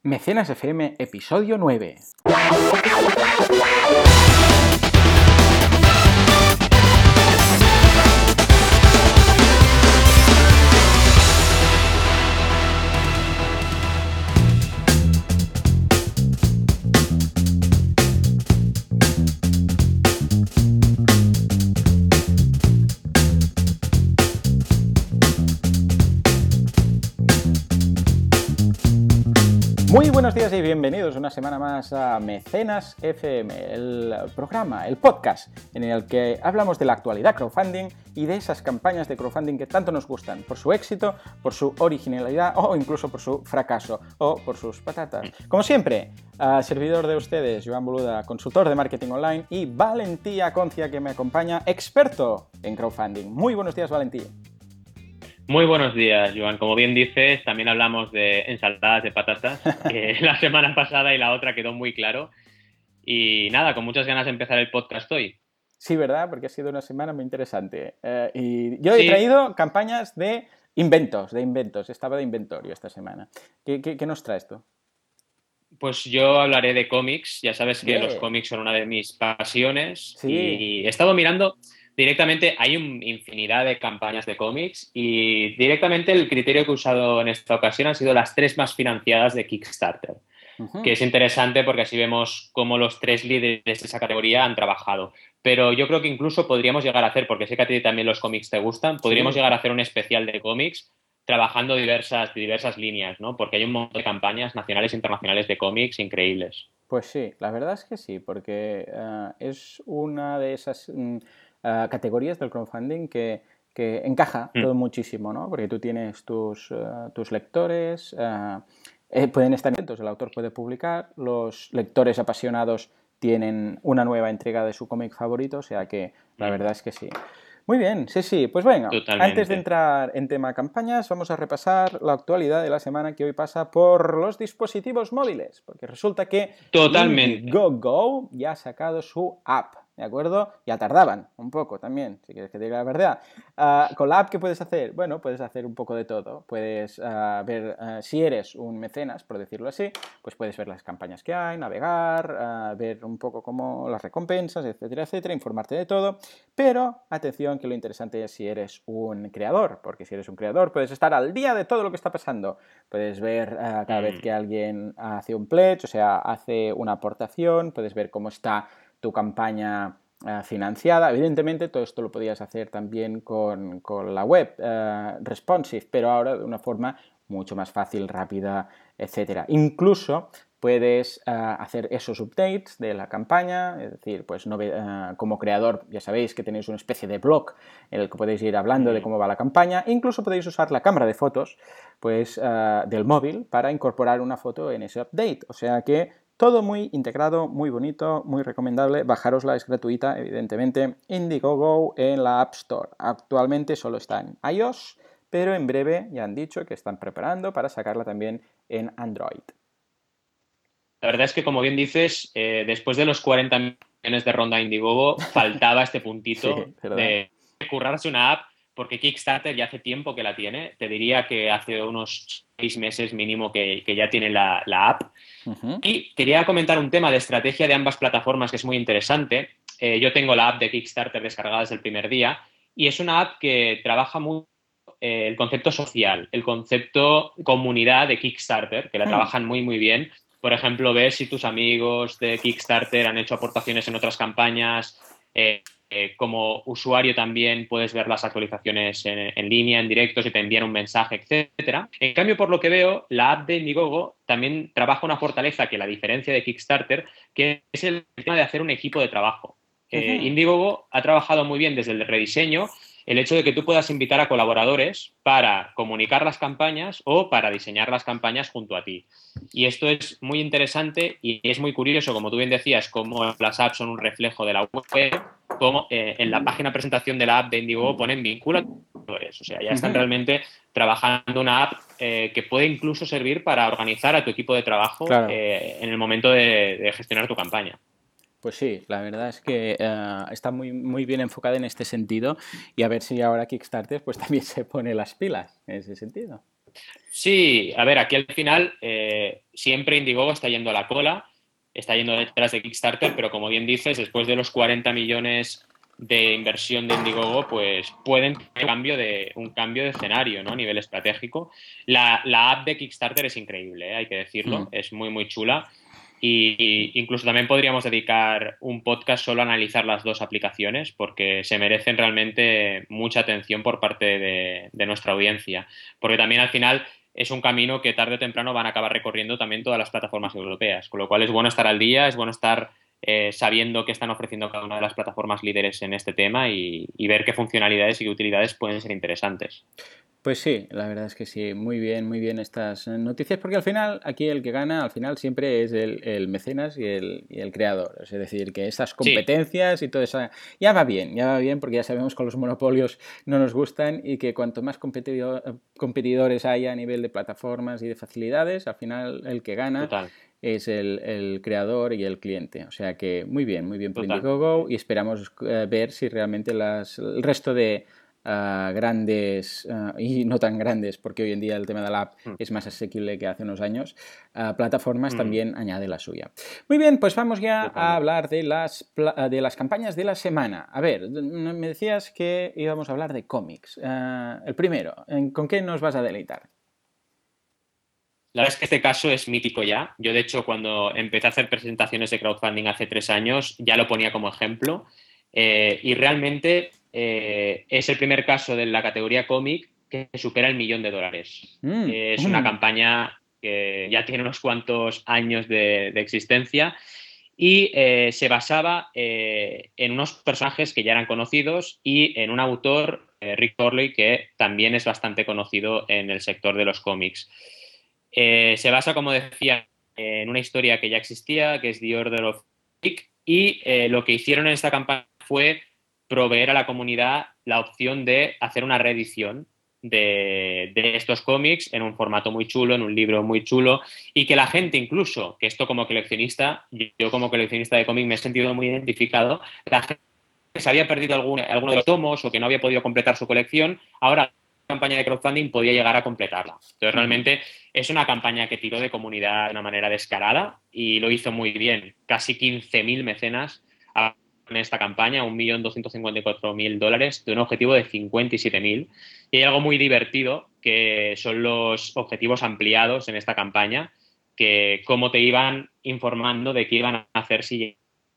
Mecenas FM, episodio 9. Muy buenos días y bienvenidos una semana más a Mecenas FM, el programa, el podcast en el que hablamos de la actualidad crowdfunding y de esas campañas de crowdfunding que tanto nos gustan, por su éxito, por su originalidad o incluso por su fracaso o por sus patatas. Como siempre, servidor de ustedes, Joan Boluda, consultor de marketing online, y Valentí Aconcia, que me acompaña, experto en crowdfunding. Muy buenos días, Valentí. Muy buenos días, Joan. Como bien dices, también hablamos de ensaladas de patatas, que la semana pasada y la otra quedó muy claro. Y nada, con muchas ganas de empezar el podcast hoy. Sí, ¿verdad? Porque ha sido una semana muy interesante. Y yo he Sí, traído campañas de inventos. Estaba de inventario esta semana. ¿Qué nos traes tú? pues yo hablaré de cómics. Ya sabes que los Yeah. cómics son una de mis pasiones Sí. y he estado mirando directamente, hay una infinidad de campañas de cómics y directamente el criterio que he usado en esta ocasión han sido las 3 más financiadas de Kickstarter. Que Uh-huh. es interesante porque así vemos cómo los 3 líderes de esa categoría han trabajado. Pero yo creo que incluso podríamos llegar a hacer, porque sé que a ti también los cómics te gustan, podríamos Sí. llegar a hacer un especial de cómics trabajando diversas líneas, ¿no? Porque hay un montón de campañas nacionales e internacionales de cómics increíbles. Pues sí, la verdad es que sí, porque es una de esas categorías del crowdfunding que encaja Mm, todo muchísimo, ¿no? Porque tú tienes tus lectores, pueden estar atentos, el autor puede publicar, los lectores apasionados tienen una nueva entrega de su cómic favorito, o sea que la mm, verdad es que sí. Muy bien, sí, sí. Pues venga, antes de totalmente. entrar en tema campañas, vamos a repasar la actualidad de la semana que hoy pasa por los dispositivos móviles, porque resulta que Totalmente. Indiegogo ya ha sacado su app, ¿de acuerdo? Ya tardaban un poco también, si quieres que te diga la verdad. Con la app, ¿qué puedes hacer? Bueno, puedes hacer un poco de todo. Puedes ver, si eres un mecenas, por decirlo así, pues puedes ver las campañas que hay, navegar, ver un poco como las recompensas, etcétera, etcétera, informarte de todo. Pero atención, que lo interesante es si eres un creador, porque si eres un creador puedes estar al día de todo lo que está pasando. Puedes ver cada vez Mm, que alguien hace un pledge, o sea, hace una aportación, puedes ver cómo está tu campaña financiada. Evidentemente, todo esto lo podías hacer también con la web responsive, pero ahora de una forma mucho más fácil, rápida, etcétera. Incluso puedes hacer esos updates de la campaña, es decir, pues como creador ya sabéis que tenéis una especie de blog en el que podéis ir hablando de mm. cómo va la campaña, incluso podéis usar la cámara de fotos pues, del móvil para incorporar una foto en ese update, o sea que todo muy integrado, muy bonito, muy recomendable. Bajarosla, es gratuita, evidentemente. Indiegogo en la App Store. Actualmente solo está en iOS, pero en breve ya han dicho que están preparando para sacarla también en Android. La verdad es que, como bien dices, después de los 40 millones de ronda Indiegogo, faltaba este puntito Sí, ¿verdad? de currarse una app, porque Kickstarter ya hace tiempo que la tiene. Te diría que hace unos 6 meses mínimo que ya tiene la app. Uh-huh. Y quería comentar un tema de estrategia de ambas plataformas que es muy interesante. Yo tengo la app de Kickstarter descargada desde el primer día y es una app que trabaja muy el concepto social, el concepto comunidad de Kickstarter, que la Hmm. trabajan muy, muy bien. Por ejemplo, ves si tus amigos de Kickstarter han hecho aportaciones en otras campañas. Como usuario también puedes ver las actualizaciones en línea, en directo, si te envían un mensaje, etcétera. En cambio, por lo que veo, la app de Indiegogo también trabaja una fortaleza que la diferencia de Kickstarter, que es el tema de hacer un equipo de trabajo. Uh-huh. Indiegogo ha trabajado muy bien desde el rediseño el hecho de que tú puedas invitar a colaboradores para comunicar las campañas o para diseñar las campañas junto a ti. Y esto es muy interesante y es muy curioso, como tú bien decías, cómo las apps son un reflejo de la web, como en la página presentación de la app de Indiegogo ponen vincula a colaboradores. O sea, ya están Uh-huh. realmente trabajando una app que puede incluso servir para organizar a tu equipo de trabajo Claro. en el momento de gestionar tu campaña. Pues sí, la verdad es que está muy, muy bien enfocada en este sentido y a ver si ahora Kickstarter pues también se pone las pilas en ese sentido. Sí, a ver, aquí al final siempre Indiegogo está yendo a la cola, está yendo detrás de Kickstarter, pero como bien dices, después de los 40 millones de inversión de Indiegogo, pues pueden tener un cambio de escenario, ¿no? A nivel estratégico. La app de Kickstarter es increíble, hay que decirlo, Mm. es muy, muy chula. Y incluso también podríamos dedicar un podcast solo a analizar las dos aplicaciones, porque se merecen realmente mucha atención por parte de nuestra audiencia. Porque también al final es un camino que tarde o temprano van a acabar recorriendo también todas las plataformas europeas, con lo cual es bueno estar al día, es bueno estar sabiendo qué están ofreciendo cada una de las plataformas líderes en este tema y ver qué funcionalidades y qué utilidades pueden ser interesantes. Pues sí, la verdad es que sí, muy bien estas noticias, porque al final, aquí el que gana, al final siempre es el mecenas y el creador. Es decir, que esas Sí, competencias y todo eso ya va bien, porque ya sabemos que los monopolios no nos gustan y que cuanto más competidores haya a nivel de plataformas y de facilidades, al final el que gana total, es el creador y el cliente. O sea que muy bien por Indiegogo totalmente. y esperamos ver si realmente el resto de grandes y no tan grandes, porque hoy en día el tema de la app Mm, es más asequible que hace unos años, plataformas mm, también añade la suya. Muy bien, pues vamos ya a totalmente. hablar de las campañas de la semana. A ver, me decías que íbamos a hablar de cómics. El primero, ¿con qué nos vas a deleitar? La verdad es que este caso es mítico ya. Yo, de hecho, cuando empecé a hacer presentaciones de crowdfunding hace 3 años, ya lo ponía como ejemplo. Y realmente es el primer caso de la categoría cómic que supera el $1.000.000. Es una campaña que ya tiene unos cuantos años de existencia y se basaba en unos personajes que ya eran conocidos y en un autor, Rick Corley, que también es bastante conocido en el sector de los cómics. Se basa, como decía, en una historia que ya existía, que es The Order of Rick, y lo que hicieron en esta campaña fue proveer a la comunidad la opción de hacer una reedición de estos cómics en un formato muy chulo, en un libro muy chulo, y que la gente incluso, que esto como coleccionista, yo como coleccionista de cómics me he sentido muy identificado, la gente que se había perdido alguno de los tomos o que no había podido completar su colección, ahora la campaña de crowdfunding podía llegar a completarla. Entonces, realmente es una campaña que tiró de comunidad de una manera descarada y lo hizo muy bien. Casi 15.000 mecenas en esta campaña, $1.254.000 de un objetivo de 57.000. Y hay algo muy divertido que son los objetivos ampliados en esta campaña, que cómo te iban informando de qué iban a hacer si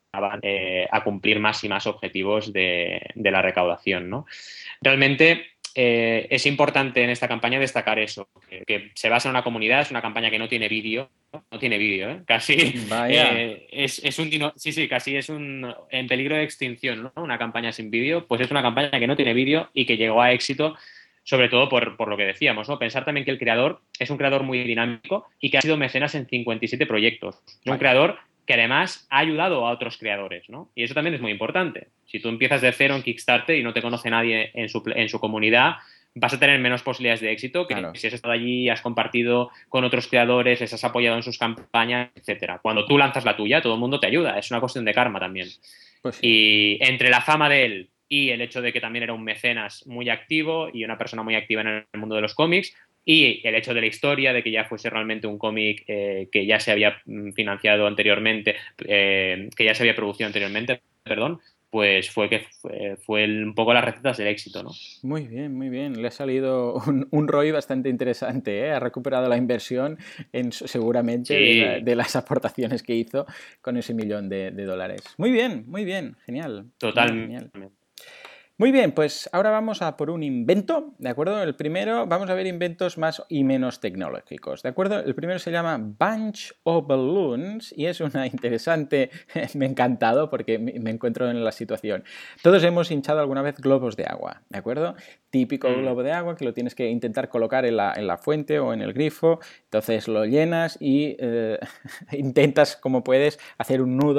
a cumplir más y más objetivos de la recaudación, ¿no? Realmente es importante en esta campaña destacar eso, que se basa en una comunidad, es una campaña que no tiene vídeo, no tiene vídeo, ¿eh? Casi Vaya. es un sí, sí, casi es un en peligro de extinción, ¿no? Una campaña sin vídeo, pues es una campaña que no tiene vídeo y que llegó a éxito sobre todo por lo que decíamos, ¿no? Pensar también que el creador es un creador muy dinámico y que ha sido mecenas en 57 proyectos. Es un Vaya. creador que además ha ayudado a otros creadores, ¿no? Y eso también es muy importante. Si tú empiezas de cero en Kickstarter y no te conoce nadie en su comunidad, vas a tener menos posibilidades de éxito que Claro. si has estado allí, has compartido con otros creadores, les has apoyado en sus campañas, etcétera. Cuando tú lanzas la tuya, todo el mundo te ayuda. Es una cuestión de karma también. Pues sí. Y entre la fama de él y el hecho de que también era un mecenas muy activo y una persona muy activa en el mundo de los cómics, y el hecho de la historia, de que ya fuese realmente un cómic que ya se había financiado anteriormente, que ya se había producido anteriormente, perdón, pues fue un poco las recetas del éxito, ¿no? Muy bien, muy bien. Le ha salido un ROI bastante interesante, ¿eh? Ha recuperado la inversión seguramente Sí, de las aportaciones que hizo con ese millón de dólares. Muy bien, genial, genial, genial. totalmente. Muy bien, pues ahora vamos a por un invento, ¿de acuerdo? El primero, vamos a ver inventos más y menos tecnológicos, ¿de acuerdo? El primero se llama Bunch of Balloons y es una interesante, me ha encantado porque me encuentro en la situación. Todos hemos hinchado alguna vez globos de agua, ¿de acuerdo? Típico Mm, globo de agua que lo tienes que intentar colocar en la fuente o en el grifo, entonces lo llenas y intentas como puedes hacer un nudo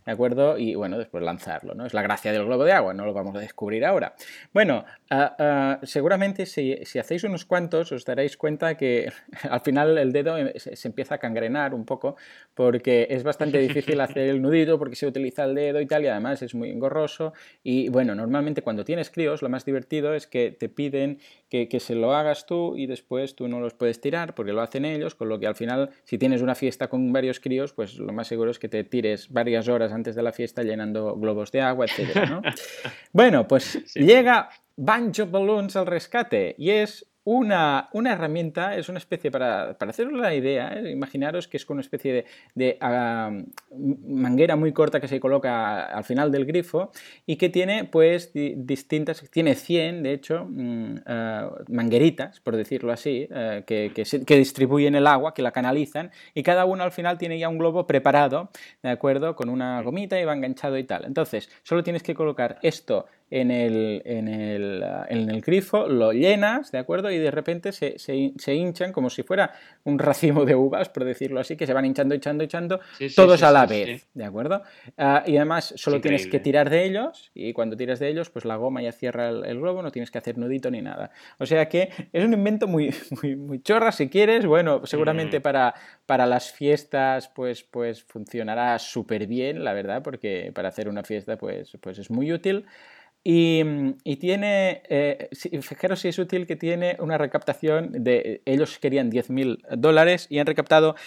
¿de acuerdo? Y bueno, después lanzarlo, ¿no? Es la gracia del globo de agua, no lo vamos a descubrir ahora. Bueno, seguramente si hacéis unos cuantos os daréis cuenta que al final el dedo se empieza a cangrenar un poco porque es bastante difícil hacer el nudito porque se utiliza el dedo y tal y además es muy engorroso y bueno, normalmente cuando tienes críos lo más divertido es que te piden que se lo hagas tú y después tú no los puedes tirar porque lo hacen ellos, con lo que al final si tienes una fiesta con varios críos pues lo más seguro es que te tires varias horas antes de la fiesta llenando globos de agua, etcétera, ¿no? Bueno, pues Sí, sí. llega Banjo Balloons al rescate y es una herramienta, es una especie, para haceros la idea, imaginaros que es con una especie de manguera muy corta que se coloca al final del grifo y que tiene pues distintas, tiene 100 de hecho mangueritas, por decirlo así, que distribuyen el agua, que la canalizan y cada uno al final tiene ya un globo preparado, ¿de acuerdo? Con una gomita y va enganchado y tal. Entonces, solo tienes que colocar esto en el grifo, lo llenas, ¿de acuerdo? Y de repente se hinchan como si fuera un racimo de uvas, por decirlo así, que se van hinchando, Sí, sí, todos sí, a la sí, sí. vez, ¿de acuerdo? Y además Es solo tienes que increíble. tirar de ellos y cuando tiras de ellos, pues la goma ya cierra el globo, no tienes que hacer nudito ni nada. O sea que es un invento muy chorra si quieres, bueno, seguramente Mm. para las fiestas pues funcionará súper bien, la verdad, porque para hacer una fiesta pues es muy útil. Y tiene, fijaros si es útil que tiene una recaptación de, ellos querían $10.000 y han recaptado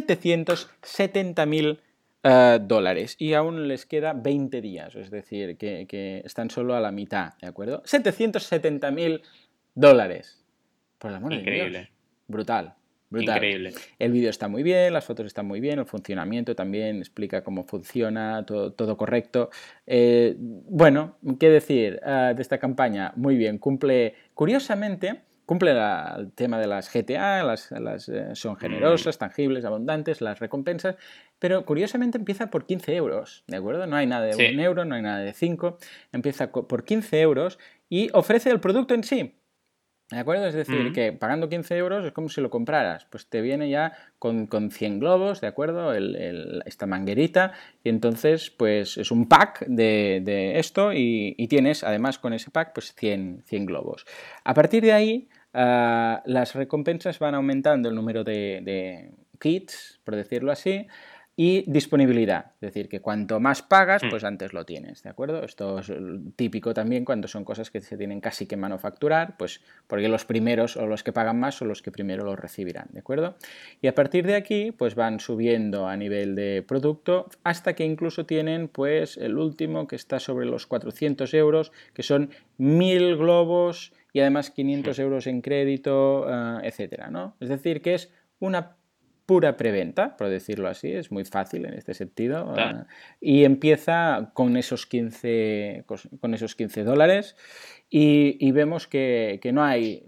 $770.000 y aún les queda 20 días, es decir, que están solo a la mitad, ¿de acuerdo? $770.000, por el amor de Increíble, Dios, brutal. Brutal. increíble. El vídeo está muy bien, las fotos están muy bien, el funcionamiento también explica cómo funciona, todo correcto. Bueno, ¿qué decir de esta campaña? Muy bien, curiosamente, cumple el tema de las GTA, son Mm. generosas, tangibles, abundantes, las recompensas, pero curiosamente empieza por 15 euros, ¿de acuerdo? No hay nada de Sí. 1 euro, no hay nada de 5, empieza por 15 euros y ofrece el producto en sí. ¿De acuerdo? Es decir, Mm. que pagando 15 euros es como si lo compraras. Pues te viene ya con 100 globos, ¿de acuerdo? Esta manguerita. Y entonces, pues es un pack de esto y tienes, además, con ese pack, pues 100 globos. A partir de ahí, las recompensas van aumentando el número de kits, por decirlo así, y disponibilidad, es decir, que cuanto más pagas, Mm. pues antes lo tienes, ¿de acuerdo? Esto es típico también cuando son cosas que se tienen casi que manufacturar, pues porque los primeros o los que pagan más son los que primero los recibirán, ¿de acuerdo? Y a partir de aquí, pues van subiendo a nivel de producto hasta que incluso tienen, pues, el último que está sobre los 400 euros, que son 1.000 globos y además 500 euros en crédito, etcétera, ¿no? Es decir, que es una pura preventa, por decirlo así, es muy fácil en este sentido, Ta- y empieza con esos 15, $15 y vemos que no hay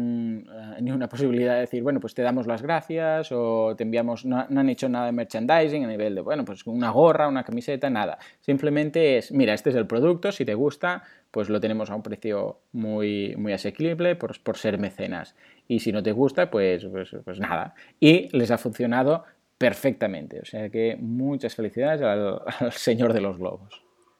ni una posibilidad de decir, bueno, pues te damos las gracias o te enviamos, no han hecho nada de merchandising a nivel de, bueno, pues una gorra, una camiseta, nada. Simplemente es, mira, este es el producto, si te gusta, pues lo tenemos a un precio muy asequible por ser mecenas. Y si no te gusta, pues nada. Y les ha funcionado perfectamente. O sea que muchas felicidades al señor de los globos.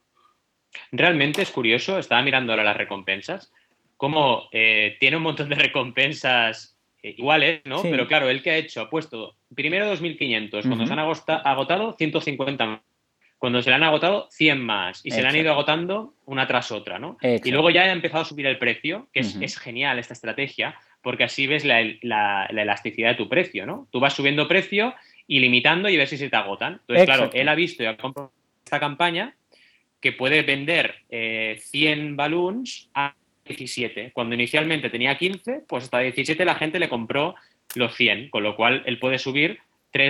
Realmente es curioso, estaba mirando ahora las recompensas, como tiene un montón de recompensas iguales, ¿no? Pero Sí. claro, él que ha hecho, ha puesto primero 2.500, cuando se Ujú. han agotado 150 más, cuando se le han agotado 100 más y se le han ido Exacto. agotando una tras otra, ¿no? Y luego Exacto. ya ha empezado a subir el precio, que Ujú. es genial esta estrategia, porque así ves la elasticidad de tu precio, ¿no? Tú vas subiendo precio y limitando y ves si se te agotan. Entonces, claro, él Exacto. ha visto y ha comprado esta campaña que puede vender 100 balloons a 17. Cuando inicialmente tenía 15, pues hasta 17 la gente le compró los 100, con lo cual él puede subir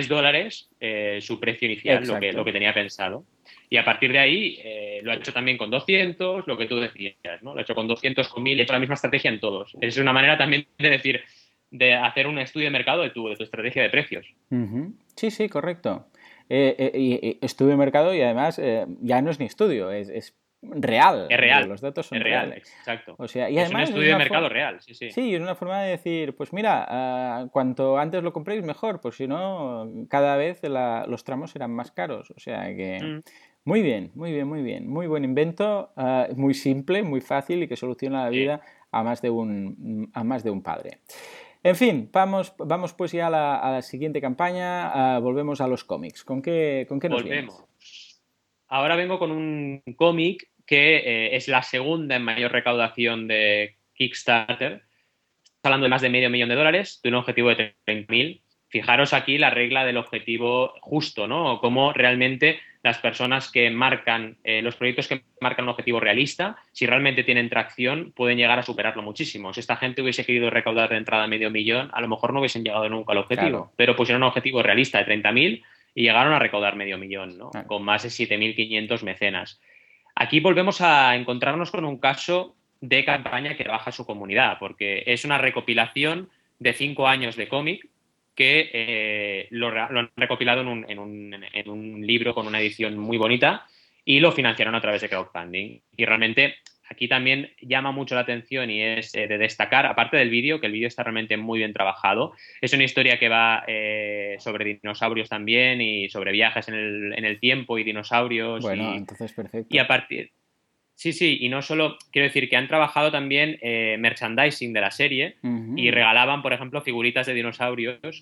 $3 su precio inicial, lo Exacto. que tenía pensado. Y a partir de ahí lo ha hecho también con 200, lo que tú decías, ¿no? Lo ha hecho con 200, con 1.000, ha hecho la misma estrategia en todos. Es una manera también de decir, de hacer un estudio de mercado de tu estrategia de precios. Ujú. Sí, sí, correcto. Y estudio de mercado y además ya no es ni estudio, es real. Es real, Los datos son es real, reales. exacto. O sea, y Es un además estudio de mercado real, sí, sí. Sí, es una forma de decir, pues mira, cuanto antes lo compréis mejor, pues si no, cada vez los tramos serán más caros. O sea que Mm, muy bien, muy bien, muy bien. Muy buen invento, muy simple, muy fácil y que soluciona la sí. vida a más de un padre. En fin, vamos pues ya a la siguiente campaña, volvemos a los cómics. Con qué nos vienes? Volvemos. Ahora vengo con un cómic que es la segunda en mayor recaudación de Kickstarter. Estás hablando de más de medio millón de dólares, de un objetivo de 30.000. Fijaros aquí la regla del objetivo justo, ¿no? O cómo realmente las personas que marcan, los proyectos que marcan un objetivo realista, si realmente tienen tracción, pueden llegar a superarlo muchísimo. Si esta gente hubiese querido recaudar de entrada medio millón, a lo mejor no hubiesen llegado nunca al Claro, objetivo, pero pusieron un objetivo realista de 30.000 y llegaron a recaudar medio millón, ¿no? claro. Con más de 7.500 mecenas. Aquí volvemos a encontrarnos con un caso de campaña que trabaja su comunidad, porque es una recopilación de 5 años de cómic que lo han recopilado en un libro con una edición muy bonita y lo financiaron a través de crowdfunding. Y realmente aquí también llama mucho la atención y es de destacar, aparte del vídeo, que el vídeo está realmente muy bien trabajado. Es una historia que va sobre dinosaurios también y sobre viajes en el tiempo y dinosaurios Bueno, entonces y perfecto. a partir... Sí, sí, y no solo, quiero decir que han trabajado también merchandising de la serie y Ujú. regalaban, por ejemplo, figuritas de dinosaurios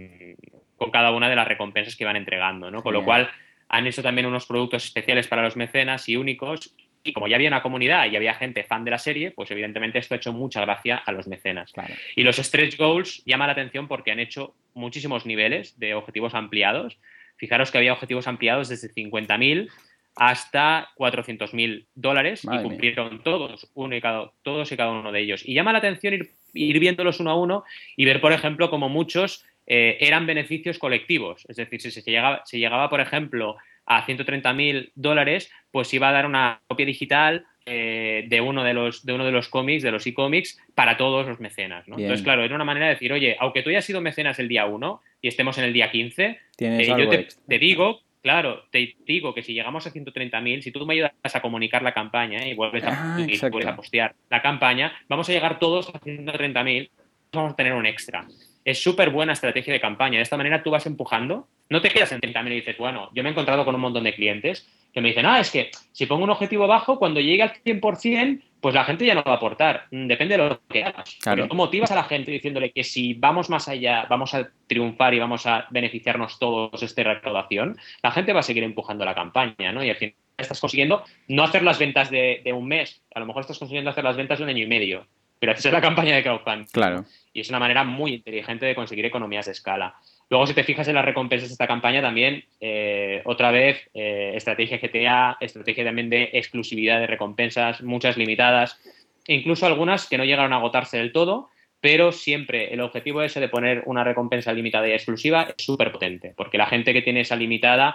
con cada una de las recompensas que iban entregando, ¿no? Con lo Genial, cual han hecho también unos productos especiales para los mecenas y únicos. Y como ya había una comunidad y había gente fan de la serie, pues evidentemente esto ha hecho mucha gracia a los mecenas. claro. Y los stretch goals llaman la atención porque han hecho muchísimos niveles de objetivos ampliados. Fijaros que había objetivos ampliados desde 50.000 hasta 400.000 dólares y Madre mía. cumplieron todos y cada uno de ellos. Y llama la atención ir viéndolos uno a uno y ver, por ejemplo, como muchos eran beneficios colectivos. Es decir, si se llegaba, por ejemplo, a 130.000 dólares, pues iba a dar una copia digital de uno de los cómics, de los e-cómics, para todos los mecenas, ¿no? Entonces, Bien, claro, era una manera de decir, oye, aunque tú hayas sido mecenas el día 1 y estemos en el día 15, tienes yo algo extra. te digo, claro, te digo que si llegamos a 130.000, si tú me ayudas a comunicar la campaña y vuelves a Ah, subir, vuelves a exacto. postear la campaña, vamos a llegar todos a 130.000, vamos a tener un extra. Es súper buena estrategia de campaña. De esta manera tú vas empujando, no te quedas en 30.000 y dices, bueno, yo me he encontrado con un montón de clientes que me dicen, es que si pongo un objetivo bajo, cuando llegue al 100%, pues la gente ya no va a aportar. Depende de lo que hagas. Porque Claro. tú motivas a la gente diciéndole que si vamos más allá, vamos a triunfar y vamos a beneficiarnos todos de esta recaudación, la gente va a seguir empujando la campaña, ¿no? Y al final estás consiguiendo no hacer las ventas de un mes, a lo mejor estás consiguiendo hacer las ventas de un año y medio, gracias a la campaña de crowdfunding, ¿no? Claro. Y es una manera muy inteligente de conseguir economías de escala. Luego, si te fijas en las recompensas de esta campaña, también, otra vez, estrategia GTA, estrategia también de exclusividad de recompensas, muchas limitadas, e incluso algunas que no llegaron a agotarse del todo, pero siempre el objetivo ese de poner una recompensa limitada y exclusiva es súper potente, porque la gente que tiene esa limitada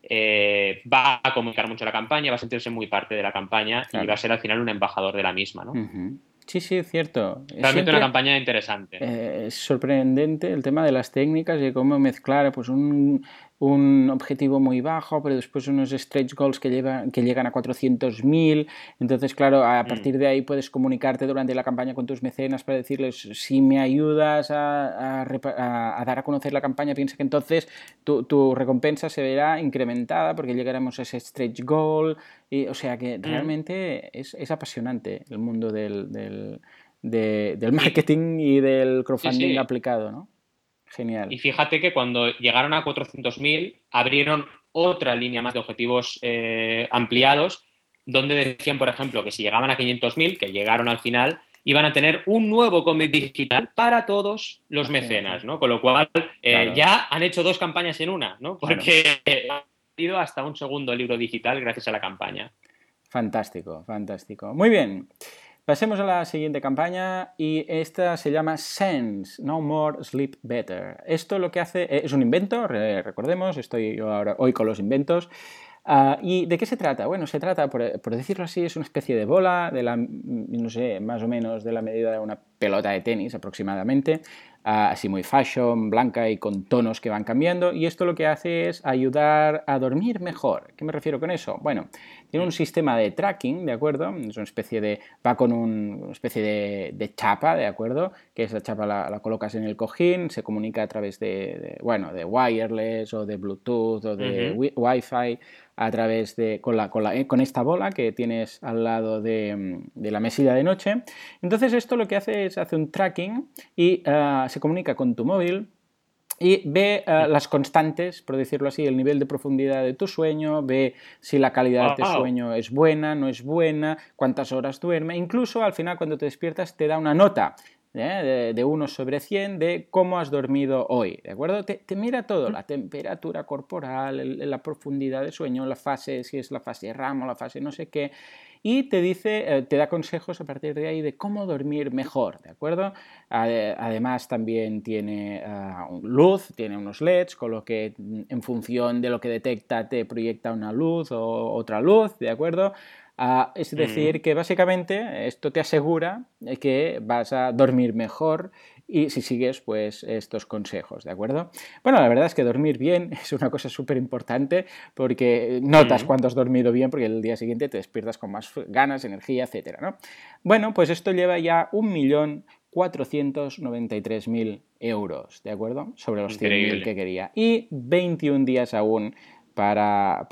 va a comunicar mucho la campaña, va a sentirse muy parte de la campaña y va a Claro. ser al final un embajador de la misma, ¿no? Ujú. Sí, sí, es cierto. Realmente una Siempre campaña interesante. es sorprendente el tema de las técnicas y de cómo mezclar pues un objetivo muy bajo, pero después unos stretch goals que llegan a 400.000. Entonces, claro, a Mm. partir de ahí puedes comunicarte durante la campaña con tus mecenas para decirles, si me ayudas a dar a conocer la campaña, piensa que entonces tu recompensa se verá incrementada porque llegaremos a ese stretch goal. Y, o sea que Mm. realmente es apasionante el mundo del Y marketing y del sí, crowdfunding sí. aplicado, ¿no? Genial. Y fíjate que cuando llegaron a 400.000, abrieron otra línea más de objetivos ampliados, donde decían, por ejemplo, que si llegaban a 500.000, que llegaron al final, iban a tener un nuevo cómic digital para todos los Imagínate. mecenas, ¿no? Con lo cual, Claro, ya han hecho dos campañas en una, ¿no? claro. Porque han ido hasta un segundo libro digital gracias a la campaña. Fantástico, fantástico. Muy bien. Pasemos a la siguiente campaña y esta se llama Sense, No More Sleep Better. Esto lo que hace es un invento, recordemos, estoy yo ahora hoy con los inventos. ¿Y de qué se trata? Bueno, se trata, por decirlo así, es una especie de bola, no sé, más o menos de la medida de una pelota de tenis aproximadamente, así muy fashion, blanca y con tonos que van cambiando, y esto lo que hace es ayudar a dormir mejor. ¿Qué me refiero con eso? Bueno, tiene un sistema de tracking, ¿de acuerdo? Es una especie de, va con una especie de chapa, ¿de acuerdo? Que esa chapa la colocas en el cojín, se comunica a través bueno, de wireless o de Bluetooth o de Wi-Fi a través de, con esta bola que tienes al lado de la mesilla de noche. Entonces esto lo que hace es hace un tracking y se comunica con tu móvil y ve las constantes, por decirlo así, el nivel de profundidad de tu sueño, ve si la calidad de sueño es buena, no es buena, cuántas horas duerme. Incluso al final cuando te despiertas te da una nota de 1 sobre 100 de cómo has dormido hoy, ¿de acuerdo? Te mira todo, la temperatura corporal, la profundidad de sueño, la fase, si es la fase REM o la fase no sé qué, y te dice, te da consejos a partir de ahí de cómo dormir mejor, ¿de acuerdo? Además también tiene luz, tiene unos LEDs, con lo que en función de lo que detecta te proyecta una luz o otra luz, ¿de acuerdo? Es decir, que básicamente esto te asegura que vas a dormir mejor y si sigues pues estos consejos, ¿de acuerdo? Bueno, la verdad es que dormir bien es una cosa súper importante porque notas cuando has dormido bien porque el día siguiente te despiertas con más ganas, energía, etcétera, ¿no? Bueno, pues esto lleva ya 1.493.000 euros, ¿de acuerdo? Sobre los 100.000 que quería. Y 21 días aún para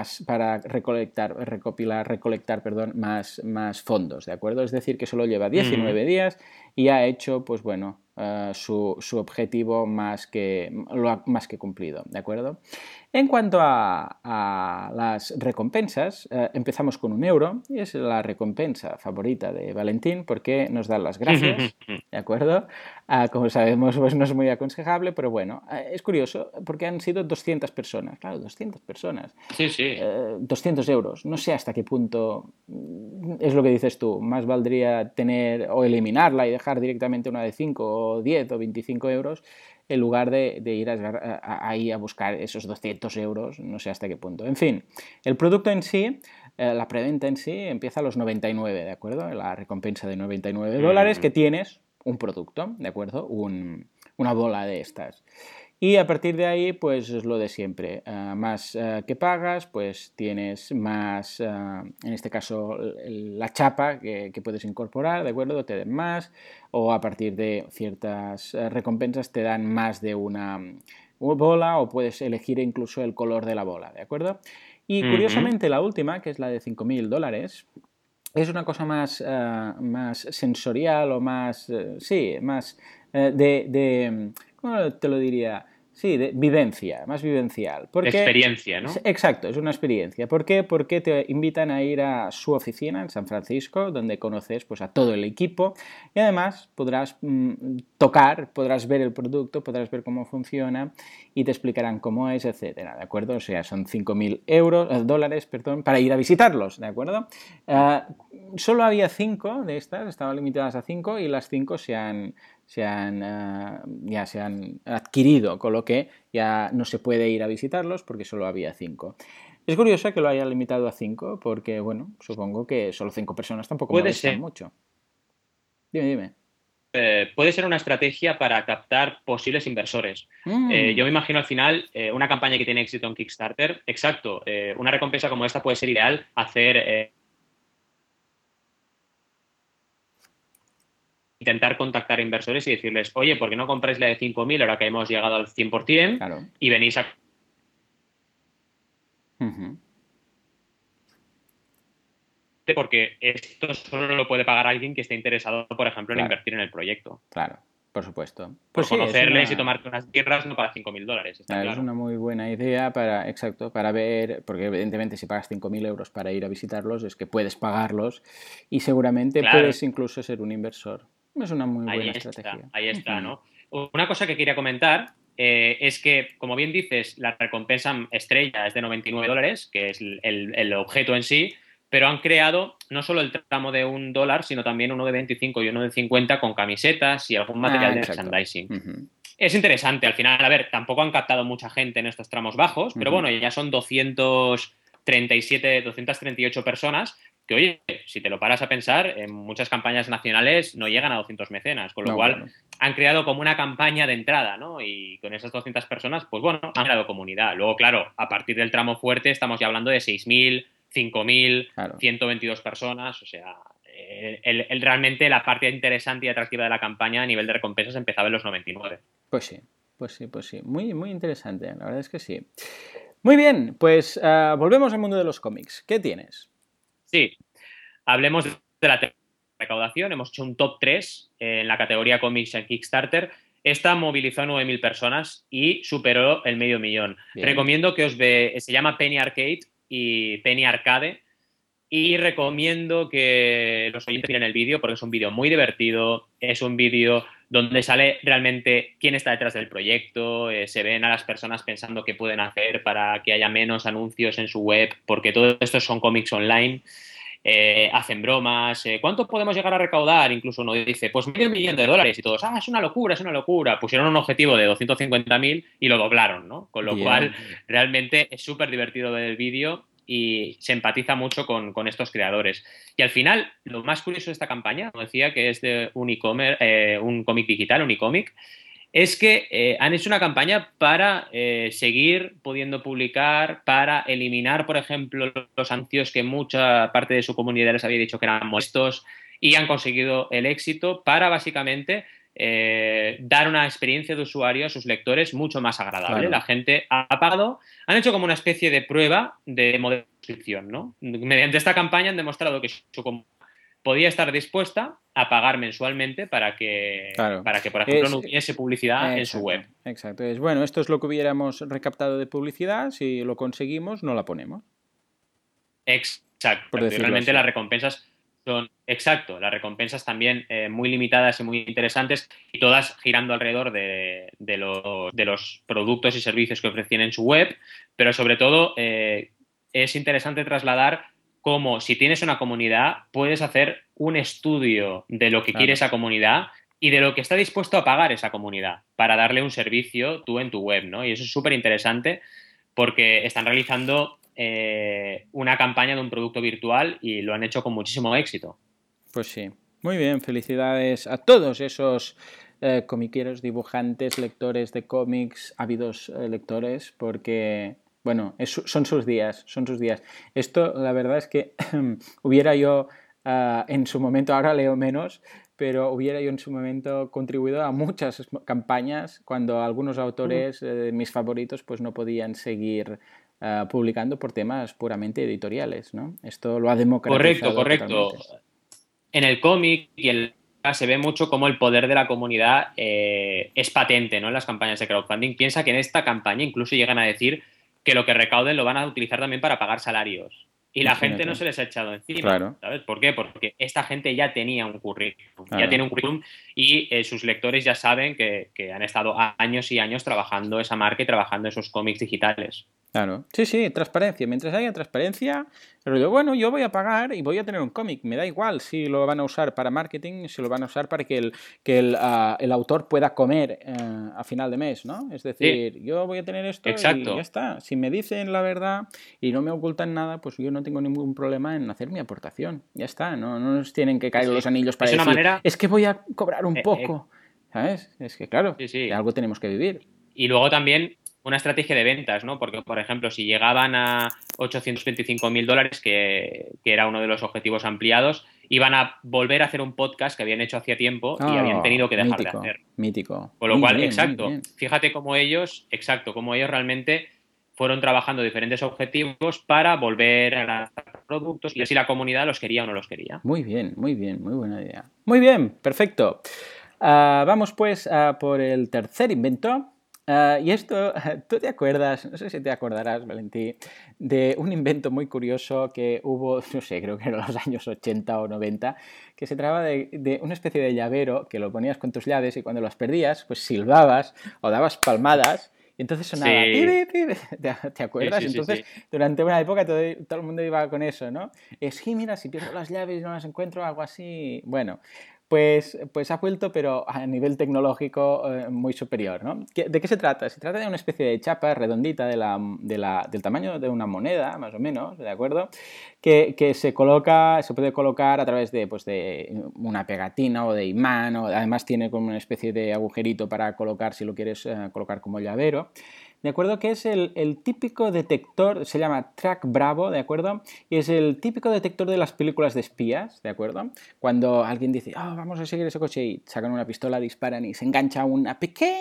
recolectar más fondos, ¿de acuerdo? Es decir, que solo lleva 19 días y ha hecho, pues bueno, su objetivo más que cumplido, ¿de acuerdo? En cuanto a las recompensas, empezamos con 1 euro, y es la recompensa favorita de Valentín porque nos dan las gracias, ¿de acuerdo? Como sabemos, pues no es muy aconsejable, pero bueno, es curioso porque han sido 200 personas, claro, 200 personas. Sí, sí. 200 euros, no sé hasta qué punto es lo que dices tú, más valdría tener o eliminarla y dejar directamente una de 5 o 10 o 25 euros en lugar de ir ahí a buscar esos 200 euros, no sé hasta qué punto. En fin, el producto en sí, la preventa en sí, empieza a los 99, ¿de acuerdo? La recompensa de 99 dólares que tienes un producto, ¿de acuerdo? Una bola de estas. Y a partir de ahí, pues es lo de siempre. Más que pagas, pues tienes más, en este caso, la chapa que puedes incorporar, ¿de acuerdo? Te den más, o a partir de ciertas recompensas te dan más de una bola, o puedes elegir incluso el color de la bola, ¿de acuerdo? Y curiosamente la última, que es la de 5.000 dólares, es una cosa más sensorial o más, sí, más ¿cómo te lo diría? Sí, de vivencia, más vivencial. Experiencia, ¿no? Exacto, es una experiencia. ¿Por qué? Porque te invitan a ir a su oficina en San Francisco, donde conoces pues, a todo el equipo y además podrás tocar, podrás ver el producto, podrás ver cómo funciona y te explicarán cómo es, etcétera, ¿de acuerdo? O sea, son 5.000 dólares, perdón, para ir a visitarlos, ¿de acuerdo? Solo había 5 de estas, estaban limitadas a 5 y las 5 ya se han adquirido, con lo que ya no se puede ir a visitarlos porque solo había 5. Es curioso que lo haya limitado a 5 porque, bueno, supongo que solo 5 personas tampoco Puede molestan ser. mucho. Dime. Puede ser una estrategia para captar posibles inversores. Yo me imagino al final una campaña que tiene éxito en Kickstarter, exacto, una recompensa como esta puede ser ideal hacer, intentar contactar inversores y decirles, oye, ¿por qué no compráis la de 5.000 ahora que hemos llegado al 100% Claro. y venís a... Porque esto solo lo puede pagar alguien que esté interesado, por ejemplo, en invertir en el proyecto. Claro, por supuesto. Por Pues sí, conocerles y tomarte unas birras no para 5.000 dólares, está es claro. una muy buena idea para ver, porque evidentemente si pagas 5.000 euros para ir a visitarlos es que puedes pagarlos y seguramente Claro, puedes incluso ser un inversor. Es una muy buena estrategia. ahí está, ¿no? Una cosa que quería comentar es que, como bien dices, la recompensa estrella es de 99 dólares, que es el objeto en sí, pero han creado no solo el tramo de $1, sino también uno de 25 y uno de 50 con camisetas y algún material de Exacto. merchandising. Es interesante, al final, a ver, tampoco han captado mucha gente en estos tramos bajos, pero bueno, ya son 238 personas que, oye, si te lo paras a pensar, en muchas campañas nacionales no llegan a 200 mecenas, con lo No, cual claro. han creado como una campaña de entrada, ¿no? Y con esas 200 personas, pues bueno, han creado comunidad. Luego, claro, a partir del tramo fuerte estamos ya hablando de 6.000, 5.000, Claro. 122 personas, o sea, realmente la parte interesante y atractiva de la campaña a nivel de recompensas empezaba en los 99. Pues sí, pues sí, pues sí. Muy, muy interesante, la verdad es que sí. Muy bien, pues volvemos al mundo de los cómics. ¿Qué tienes? Sí, hablemos de la recaudación. Hemos hecho un top 3 en la categoría cómics en Kickstarter. Esta movilizó a 9.000 personas y superó el medio millón. Bien. Recomiendo que se llama Penny Arcade y Penny Arcade. Y recomiendo que los oyentes miren el vídeo porque es un vídeo muy divertido, es un vídeo donde sale realmente quién está detrás del proyecto, se ven a las personas pensando qué pueden hacer para que haya menos anuncios en su web, porque todo esto son cómics online, hacen bromas, ¿cuánto podemos llegar a recaudar? Incluso uno dice, pues $500.000 y todos, es una locura, es una locura. Pusieron un objetivo de 250.000 y lo doblaron, ¿no? Con lo cual, Bien. realmente es súper divertido ver el vídeo y se empatiza mucho con estos creadores. Y al final, lo más curioso de esta campaña, como decía, que es de un e-commerce, un cómic digital, un e-cómic, es que han hecho una campaña para seguir pudiendo publicar, para eliminar, por ejemplo, los anuncios que mucha parte de su comunidad les había dicho que eran molestos y han conseguido el éxito para básicamente dar una experiencia de usuario a sus lectores mucho más agradable. La Claro. gente ha pagado, han hecho como una especie de prueba de modelo de suscripción, ¿no? Mediante esta campaña han demostrado que su comunidad podía estar dispuesta a pagar mensualmente Claro. por ejemplo, Es, no hubiese publicidad en su web. exacto, exacto. Es bueno, esto es lo que hubiéramos recaptado de publicidad, si lo conseguimos, no la ponemos, Exacto. por Y decirlo realmente así. las recompensas son, exacto, las recompensas también muy limitadas y muy interesantes y todas girando alrededor de los productos y servicios que ofrecen en su web, pero sobre todo es interesante trasladar cómo si tienes una comunidad puedes hacer un estudio de lo que quiere Claro. esa comunidad y de lo que está dispuesto a pagar esa comunidad para darle un servicio tú en tu web, ¿no? Y eso es súper interesante porque están realizando una campaña de un producto virtual y lo han hecho con muchísimo éxito. Pues sí. Muy bien, felicidades a todos esos comiqueros, dibujantes, lectores de cómics, ávidos lectores, porque, bueno, son sus días, son sus días. Esto, la verdad es que hubiera yo en su momento, ahora leo menos, pero hubiera yo en su momento contribuido a muchas campañas cuando algunos autores, mis favoritos, pues no podían seguir publicando por temas puramente editoriales, ¿no? Esto lo ha Correcto, democratizado correcto. totalmente. En el cómic y en se ve mucho cómo el poder de la comunidad es patente, ¿no? En las campañas de crowdfunding. Piensa que en esta campaña incluso llegan a decir que lo que recauden lo van a utilizar también para pagar salarios. Y la gente no Imagínate. se les ha echado encima, Claro, ¿sabes? ¿Por qué? Porque esta gente ya tenía un currículum, claro. y sus lectores ya saben que han estado años y años trabajando esa marca y trabajando esos cómics digitales. Claro. Sí, sí, transparencia. Mientras haya transparencia, pero yo, bueno, yo voy a pagar y voy a tener un cómic. Me da igual si lo van a usar para marketing, si lo van a usar para que el autor pueda comer a final de mes, ¿no? Es Sí, decir, yo voy a tener esto y ya exacto. está. Si me dicen la verdad y no me ocultan nada, pues yo no tengo ningún problema en hacer mi aportación. Ya está. No, no nos tienen que Sí, caer sí. los anillos para Es una decir, manera. es que voy a cobrar un eh, eh, poco. ¿Sabes? Es que, claro, sí, de sí. algo tenemos que vivir. Y luego también una estrategia de ventas, ¿no? Porque, por ejemplo, si llegaban a $825.000, que era uno de los objetivos ampliados, iban a volver a hacer un podcast que habían hecho hacía tiempo y habían Oh, tenido que dejar de mítico, hacer. mítico. Con lo Muy cual, bien, muy exacto, bien. fíjate cómo ellos, exacto, cómo ellos realmente fueron trabajando diferentes objetivos para volver a lanzar productos y ver si la comunidad los quería o no los quería. Muy bien, muy bien, muy buena idea. Muy bien, perfecto. Vamos pues a por el tercer invento. Y esto, ¿tú te acuerdas? No sé si te acordarás, Valentí, de un invento muy curioso que hubo, no sé, creo que en los años 80 o 90, que se trataba de una especie de llavero que lo ponías con tus llaves y cuando las perdías, pues silbabas o dabas palmadas y entonces sonaba Sí, pibi, pibi. ¿Te sí, acuerdas? sí, sí, Entonces, sí. durante una época todo el mundo iba con eso, ¿no? Sí, mira, si pierdo las llaves y no las encuentro, algo así. Bueno, Pues ha vuelto, pero a nivel tecnológico muy superior, ¿no? ¿De qué se trata? Se trata de una especie de chapa redondita del tamaño de una moneda, más o menos, ¿de acuerdo? Que se puede colocar a través de, pues, de una pegatina o de imán, o además tiene como una especie de agujerito para colocar si lo quieres colocar como llavero. ¿De acuerdo? Que es el típico detector, se llama Track Bravo, ¿de acuerdo? Y es el típico detector de las películas de espías, ¿de acuerdo? Cuando alguien dice, vamos a seguir ese coche y sacan una pistola, disparan y se engancha una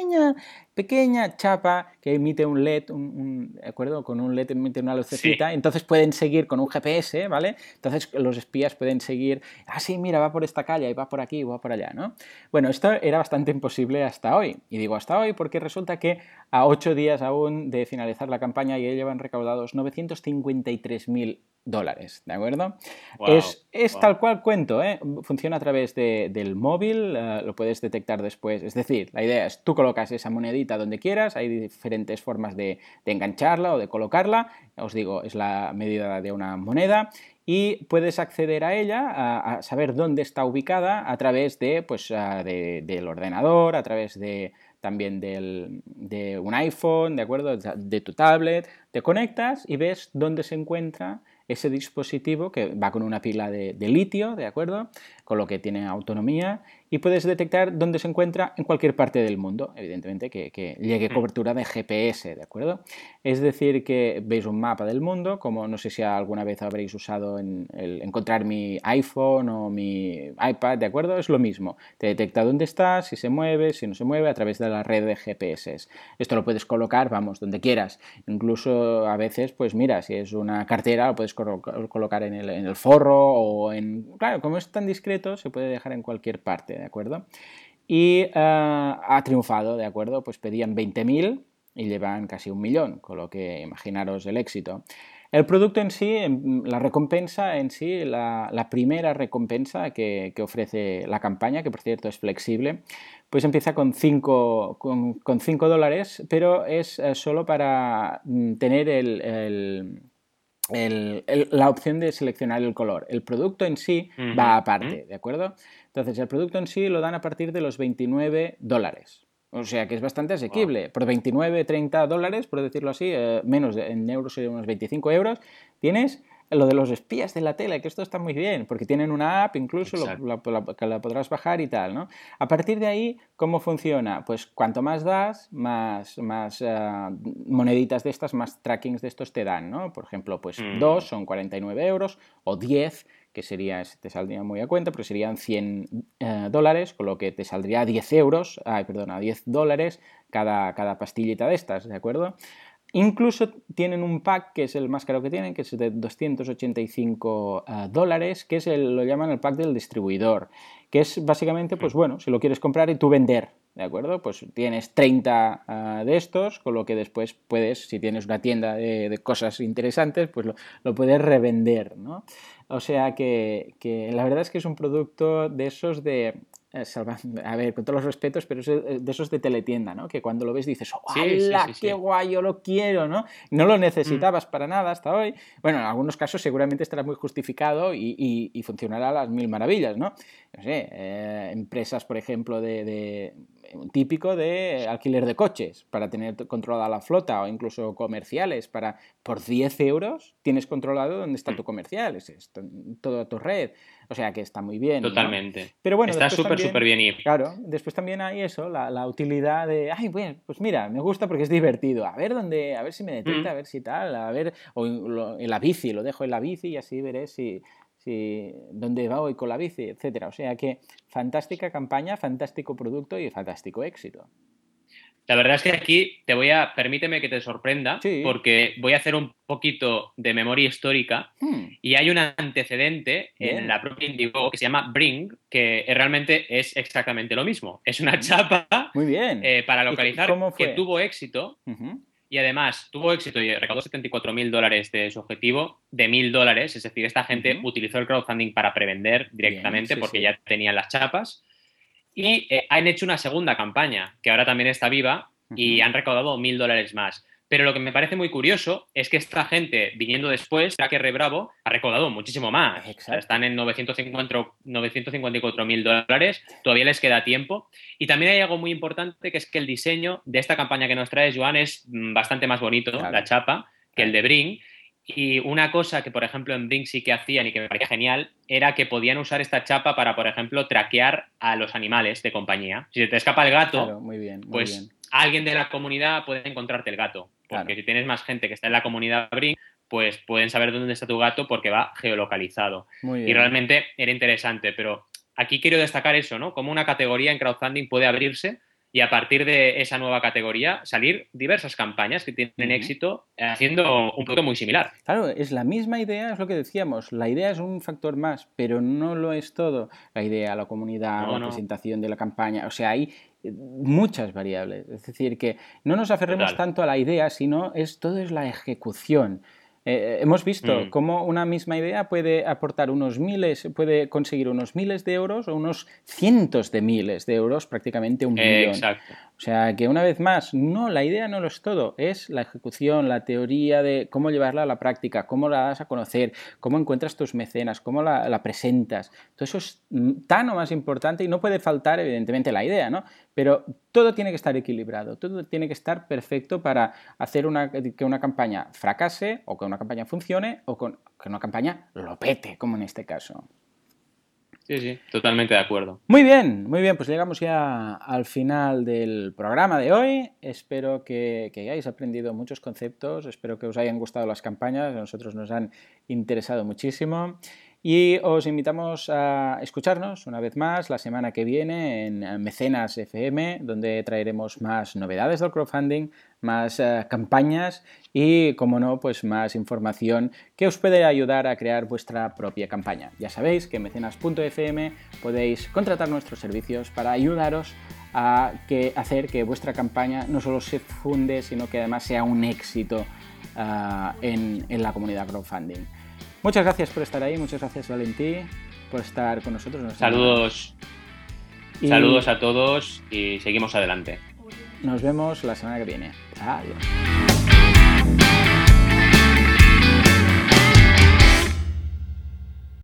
pequeña chapa que emite un LED, ¿de acuerdo? Con un LED emite una lucecita, Sí. entonces pueden seguir con un GPS, ¿vale? Entonces los espías pueden seguir, sí, mira, va por esta calle y va por aquí y va por allá, ¿no? Bueno, esto era bastante imposible hasta hoy. Y digo hasta hoy porque resulta que a 8 días aún de finalizar la campaña ya llevan recaudados 953.000 dólares, ¿de acuerdo? Wow, Es wow. tal cual cuento, ¿eh? Funciona a través del móvil, lo puedes detectar después. Es decir, la idea es tú colocas esa monedita donde quieras, hay diferentes formas de engancharla o de colocarla. Os digo, es la medida de una moneda y puedes acceder a ella, a saber dónde está ubicada a través de, pues, del ordenador, a través de también de un iPhone, ¿de acuerdo? De tu tablet, te conectas y ves dónde se encuentra ese dispositivo que va con una pila de litio, ¿de acuerdo? Con lo que tiene autonomía y puedes detectar dónde se encuentra en cualquier parte del mundo, evidentemente que llegue cobertura de GPS, ¿de acuerdo? Es decir, que veis un mapa del mundo, como no sé si alguna vez habréis usado en el encontrar mi iPhone o mi iPad, ¿de acuerdo? Es lo mismo, te detecta dónde estás, si se mueve, si no se mueve, a través de la red de GPS. Esto lo puedes colocar, vamos, donde quieras. Incluso a veces, pues mira, si es una cartera, lo puedes colocar en el forro o en... Claro, como es tan discreto, se puede dejar en cualquier parte, ¿de acuerdo? Y ha triunfado, ¿de acuerdo? Pues pedían 20.000 y llevan casi 1 millón, con lo que imaginaros el éxito. El producto en sí, la recompensa en sí, la primera recompensa que ofrece la campaña, que por cierto es flexible, pues empieza con 5 con 5 dólares, pero es solo para tener la opción de seleccionar el color. El producto en sí va aparte, ¿de acuerdo? Entonces, el producto en sí lo dan a partir de los 29 dólares. O sea que es bastante Wow. asequible. Por 29, 30 dólares, por decirlo así, menos en euros serían unos 25 euros, tienes lo de los espías de la tele, que esto está muy bien, porque tienen una app, incluso Exacto. que la podrás bajar y tal, ¿no? A partir de ahí, ¿cómo funciona? Pues cuanto más das, más moneditas de estas, más trackings de estos te dan, ¿no? Por ejemplo, pues 2 son 49 euros, o 10, que sería, te saldría muy a cuenta, pero serían 100 dólares, con lo que te saldría 10 euros, perdona, 10 dólares cada pastillita de estas, ¿de acuerdo? Incluso tienen un pack que es el más caro que tienen, que es de 285 dólares, que es lo llaman el pack del distribuidor, que es básicamente, pues bueno, si lo quieres comprar y tú vender, ¿de acuerdo? Pues tienes 30 de estos, con lo que después puedes, si tienes una tienda de cosas interesantes, pues lo puedes revender, ¿no? O sea que la verdad es que es un producto de esos de a ver, con todos los respetos, pero es de esos de teletienda, ¿no? Que cuando lo ves dices, Sí, sí, ¡hala, sí, qué sí. guay, yo lo quiero!, ¿no? No lo necesitabas para nada hasta hoy. Bueno, en algunos casos seguramente estará muy justificado y funcionará a las mil maravillas, ¿no? No sé, empresas, por ejemplo, un típico de alquiler de coches para tener controlada la flota o incluso comerciales para por 10 euros tienes controlado dónde está tu comercial, es toda tu red, o sea que está muy bien, ¿no? Totalmente. Pero bueno, Está después súper, súper también, bien. Y claro, después también hay eso, la utilidad de, bueno, pues mira, me gusta porque es divertido, a ver si me detecta, a ver si tal, a ver, o en la bici, lo dejo en la bici y así veré si dónde va hoy con la bici, etcétera. O sea que fantástica campaña, fantástico producto y fantástico éxito. la verdad es que aquí permíteme que te sorprenda, Sí. porque voy a hacer un poquito de memoria histórica y hay un antecedente en Bien. la propia Indiegogo que se llama Bring, que realmente es exactamente lo mismo. Es una chapa Muy bien. para ¿Y localizar cómo que fue? tuvo éxito Ujú. y además tuvo éxito y recaudó 74.000 dólares de su objetivo de 1.000 dólares. Es decir, esta gente Ujú. utilizó el crowdfunding para prevender Bien, directamente sí, porque sí. ya tenían las chapas. Y han hecho una segunda campaña, que ahora también está viva, y Ujú. han recaudado 1.000 dólares más. Pero lo que me parece muy curioso es que esta gente, viniendo después, Tracker Rebravo, ha recaudado muchísimo más. O sea, están en 954.000 dólares, todavía les queda tiempo. Y también hay algo muy importante, que es que el diseño de esta campaña que nos trae Joan es bastante más bonito, claro, la chapa, que el de Brink. Y una cosa que, por ejemplo, en Brink sí que hacían y que me parecía genial era que podían usar esta chapa para, por ejemplo, traquear a los animales de compañía. Si se te escapa el gato, claro, muy bien, pues bien. Alguien de la comunidad puede encontrarte el gato. Porque claro, si tienes más gente que está en la comunidad Brink, pues pueden saber dónde está tu gato porque va geolocalizado. Y realmente era interesante, pero aquí quiero destacar eso, ¿no? Cómo una categoría en crowdfunding puede abrirse y a partir de esa nueva categoría salir diversas campañas que tienen éxito haciendo un producto muy similar. Claro, es la misma idea, es lo que decíamos. La idea es un factor más, pero no lo es todo. La idea, la comunidad, la presentación de la campaña. O sea, hay muchas variables. Es decir, que no nos aferremos tanto a la idea, sino todo es la ejecución. Hemos visto cómo una misma idea puede aportar puede conseguir unos miles de euros o unos cientos de miles de euros, prácticamente 1 millón. Exacto. O sea, que una vez más, no, la idea no lo es todo, es la ejecución, la teoría de cómo llevarla a la práctica, cómo la das a conocer, cómo encuentras tus mecenas, cómo la presentas. Todo eso es tan o más importante y no puede faltar, evidentemente, la idea, ¿no? Pero todo tiene que estar equilibrado, todo tiene que estar perfecto para hacer que una campaña fracase o que una campaña funcione o que una campaña lo pete, como en este caso. Sí, sí, totalmente de acuerdo. Muy bien, pues llegamos ya al final del programa de hoy. Espero que hayáis aprendido muchos conceptos, espero que os hayan gustado las campañas, a nosotros nos han interesado muchísimo. Y os invitamos a escucharnos una vez más la semana que viene en Mecenas FM, donde traeremos más novedades del crowdfunding, más campañas y, como no, pues más información que os puede ayudar a crear vuestra propia campaña. Ya sabéis que en mecenas.fm podéis contratar nuestros servicios para ayudaros a hacer que vuestra campaña no solo se funde, sino que además sea un éxito en la comunidad crowdfunding. Muchas gracias por estar ahí, muchas gracias Valentí por estar con nosotros. Saludos. Saludos a todos y seguimos adelante. Nos vemos la semana que viene. Adiós.